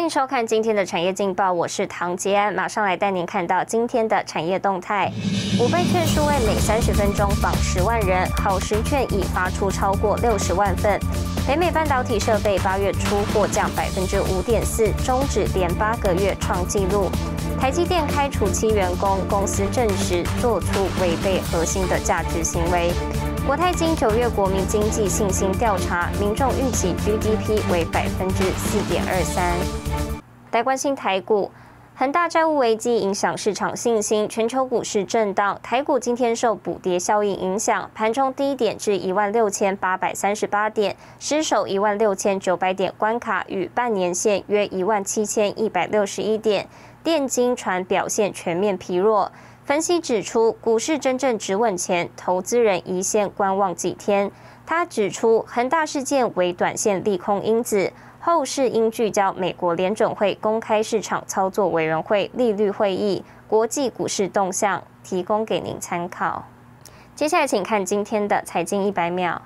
迎收看今天的产业劲报，我是唐杰安，马上来带您看到今天的产业动态。五倍券数位每30分钟绑10万人，好时券已发出超过60万份。北美半导体设备8月出货降5.4%，终止连8个月创纪录。台积电开除7员工，公司证实做出违背核心的价值行为。国泰金9月国民经济信心调查，民众预期 GDP 为4.23%。来关心台股，恒大债务危机影响市场信心，全球股市震荡。台股今天受补跌效应影响，盘中低点至16838点，失守16900点关卡，与半年线约17161点。电金传表现全面疲弱。分析指出，股市真正止稳前，投资人宜先观望几天。他指出，恒大事件为短线利空因子，后市应聚焦美国联准会公开市场操作委员会利率会议、国际股市动向，提供给您参考。接下来，请看今天的财经100秒。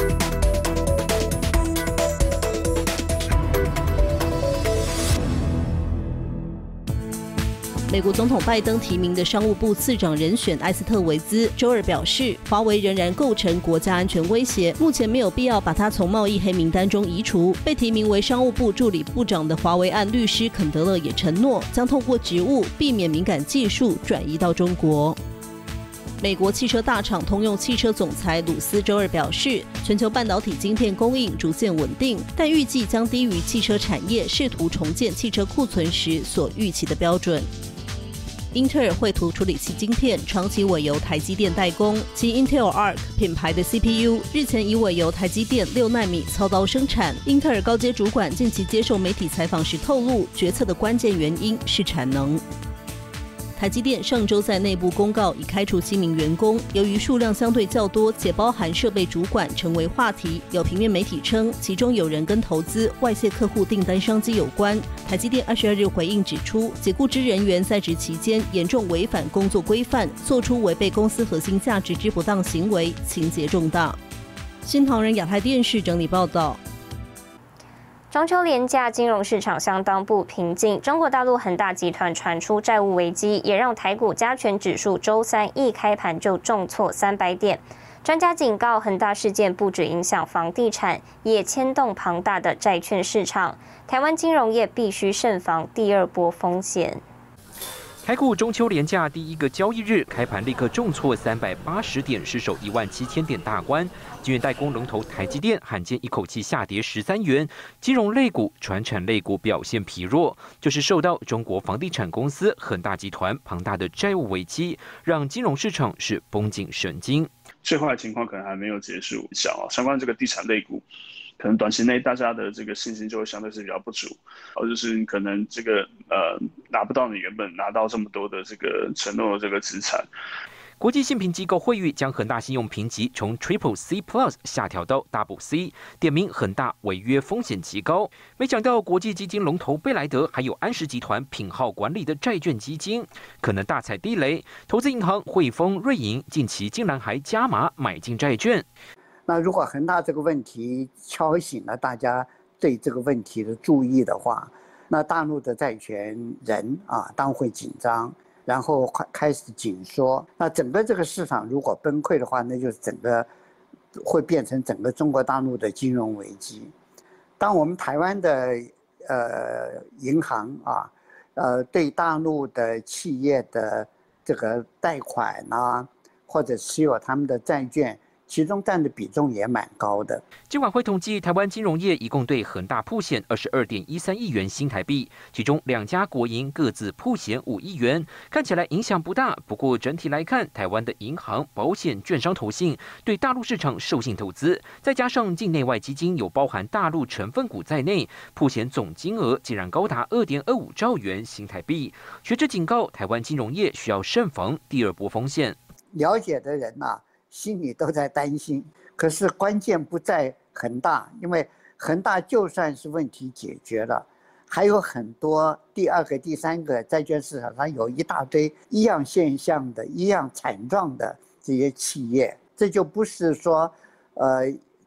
美国总统拜登提名的商务部次长人选埃斯特维兹周二表示，华为仍然构成国家安全威胁，目前没有必要把它从贸易黑名单中移除。被提名为商务部助理部长的华为案律师肯德勒也承诺，将透过职务避免敏感技术转移到中国。美国汽车大厂通用汽车总裁鲁斯周二表示，全球半导体晶片供应逐渐稳定，但预计将低于汽车产业试图重建汽车库存时所预期的标准。英特尔绘图处理器晶片长期委由台积电代工，其 Intel Arc 品牌的 CPU 日前已委由台积电6奈米操刀生产。英特尔高阶主管近期接受媒体采访时透露，决策的关键原因是产能。台积电上周在内部公告已开除7名员工，由于数量相对较多，且包含设备主管，成为话题。有平面媒体称，其中有人跟投资、外泄客户订单商机有关。台积电22日回应指出，解雇之人员在职期间严重违反工作规范，做出违背公司核心价值之不当行为，情节重大。新唐人亚太电视整理报道。 中秋连假，金融市场相当不平静。中国大陆恒大集团传出债务危机，也让台股加权指数周三一开盘就重挫300点。专家警告，恒大事件不只影响房地产，也牵动庞大的债券市场。台湾金融业必须慎防第二波风险。 台股中秋连假第一个交易日开盘立刻重挫380点，失守17000点大关。晶圆代工龙头台积电罕见一口气下跌13元，金融类股、传产类股表现疲弱，就是受到中国房地产公司恒大集团庞大的债务危机，让金融市场是绷紧神经。 最坏的情况可能还没有结束，相关这个地产类股。可能短期内大家的这个信心就会相对是比较不足，就是你可能这个拿不到你原本拿到这么多的这个承诺的这个资产。 国际信评机构惠誉将恒大信用评级从 Triple C Plus 下调到 Double C， 点名恒大违约风险极高。没想到国际基金龙头贝莱德还有安石集团品号管理的债券基金可能大踩地雷，投资银行汇丰、瑞银近期竟然还加码买进债券。 那如果恒大这个问题敲醒了大家对这个问题的注意的话，那大陆的债权人当会紧张，然后开始紧缩。那整个这个市场如果崩溃的话，那就整个会变成整个中国大陆的金融危机。当我们台湾的银行对大陆的企业的这个贷款或者持有他们的债券，其中占的比重也蛮高的。 金管会统计，台湾金融业一共对恒大曝险22.13亿元新台币，其中2家国营各自曝险5亿元，看起来影响不大。不过整体来看，台湾的银行、保险、券商投信对大陆市场授信投资，再加上境内外基金有包含大陆成分股在内，曝险总金额竟然高达2.25兆元新台币。学者警告，台湾金融业需要慎防第二波风险。 了解的人心里都在担心，可是关键不在恒大，因为恒大就算是问题解决了，还有很多第二个、第三个债券市场上有一大堆一样现象的、一样惨状的这些企业，这就不是说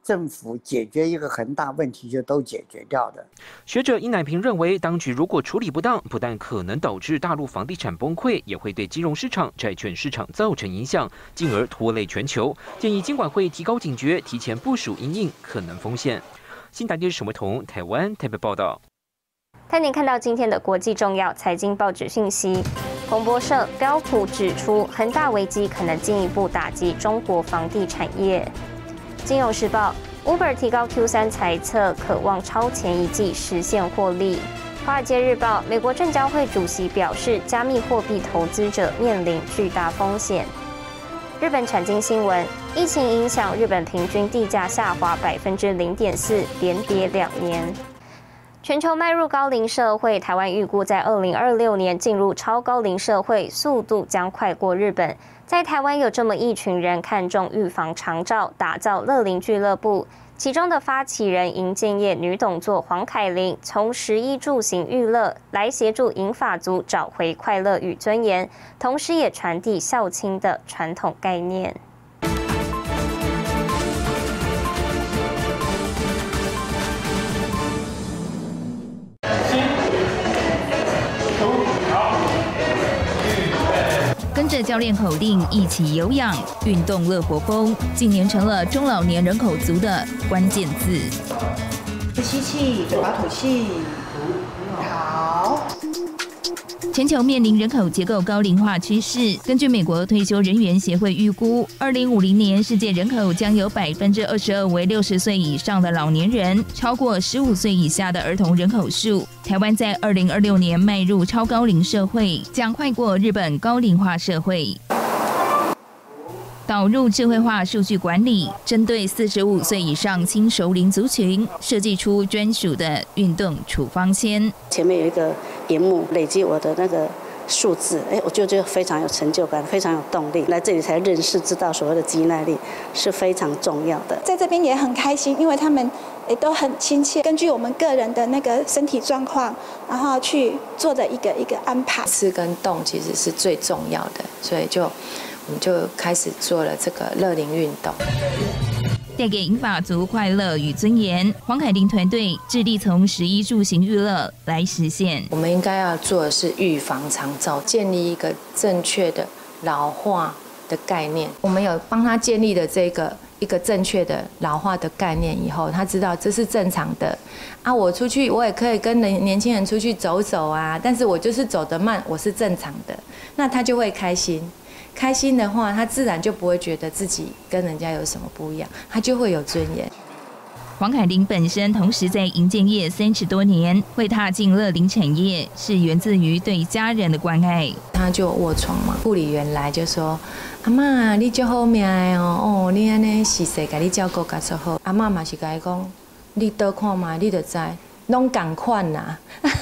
政府解决一个恒大问题就都解决掉的。 学者殷乃平认为，当局如果处理不当，不但可能导致大陆房地产崩溃，也会对金融市场、债券市场造成影响，进而拖累全球。建议金管会提高警觉，提前部署因应可能风险。新台电视沈维彤，台湾台北报道。 带您看到今天的国际重要财经报纸讯息。彭博社标普指出，恒大危机可能进一步打击中国房地产业。金融时报 Uber 提高 Q3 财测，可望超前一季实现获利。华尔街日报美国证交会主席表示，加密货币投资者面临巨大风险。日本产经新闻，疫情影响日本平均地价下滑0.4%，连跌2年。全球迈入高龄社会，台湾预估在2026年进入超高龄社会，速度将快过日本。在台湾有这么一群人看重预防长照，打造乐龄俱乐部。其中的发起人营建业女董座黄凯琳，从食衣住行娱乐来协助银发族找回快乐与尊严，同时也传递孝亲的传统概念。 跟着教练口令一起有氧运动乐活风，近年成了中老年人口族的关键字。 吸气，嘴巴吐气。好。 全球面临人口结构高龄化趋势。根据美国退休人员协会预估，2050年世界人口将有22%为60岁以上的老年人，超过15岁以下的儿童人口数。台湾在2026年迈入超高龄社会，将快过日本高龄化社会。导入智慧化数据管理，针对45岁以上轻熟龄族群，设计出专属的运动处方签。 前面有一个荧幕，累积我的那个数字，我就觉得非常有成就感，非常有动力。来这里才认识知道所谓的肌耐力是非常重要的。 在这边也很开心，因为他们也都很亲切，根据我们个人的那个身体状况，然后去做的一个安排。 吃跟动其实是最重要的，所以我们就开始做了这个乐龄运动， 带给银发族快乐与尊严。黄凯琳团队致力从食衣住行娱乐来实现。 我们应该要做的是预防长照，建立一个正确的老化的概念。我们有帮他建立的一个正确的老化的概念以后，他知道这是正常的啊。我出去，我也可以跟年轻人出去走走啊，但是我就是走得慢，我是正常的，那他就会开心。开心的话，他自然就不会觉得自己跟人家有什么不一样，他就会有尊严。 黄凯琳本身同时在营建业30多年，会踏进乐龄产业，是源自于对家人的关爱。 他就卧床嘛，护理员来就说：“阿嬷，你足好命的哦，你安尼细细甲你照顾甲足好。”阿嬷嘛是甲伊讲：“你倒看嘛，你就知，拢同款啦。”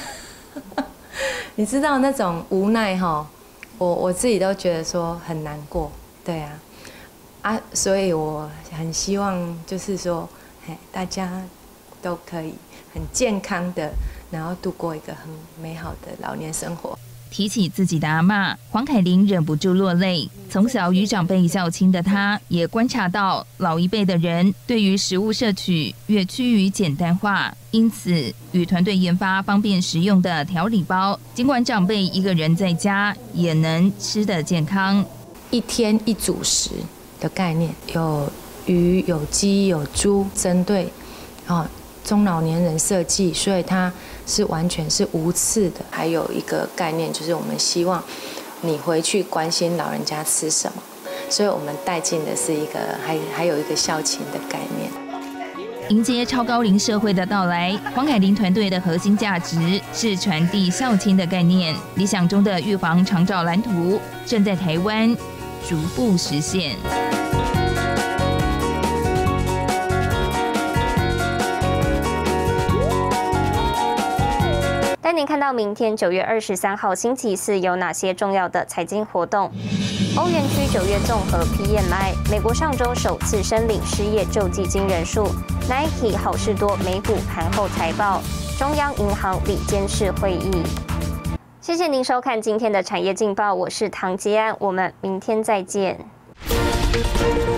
你知道那种无奈哈？我自己都觉得说很难过，对啊，所以我很希望就是说，大家都可以很健康的，然后度过一个很美好的老年生活。 提起自己的阿嬷，黄凯琳忍不住落泪。从小与长辈孝亲的她，也观察到老一辈的人对于食物摄取越趋于简单化，因此与团队研发方便食用的调理包。尽管长辈一个人在家，也能吃得健康。 一天一主食的概念，有鱼、有鸡、有猪，针对中老年人设计，所以它是完全是无刺的。还有一个概念就是，我们希望你回去关心老人家吃什么，所以我们带进的是一个还有一个孝亲的概念。 迎接超高龄社会的到来，黄凯琳团队的核心价值是传递孝亲的概念。理想中的预防长照蓝图正在台湾逐步实现。 带您看到明天9月23号星期四有哪些重要的财经活动。欧元区9月综合 PMI， 美国上周首次申领失业救济金人数。Nike、好事多美股盘后财报。中央银行理监事会议。谢谢您收看今天的产业劲报，我是唐杰安，我们明天再见。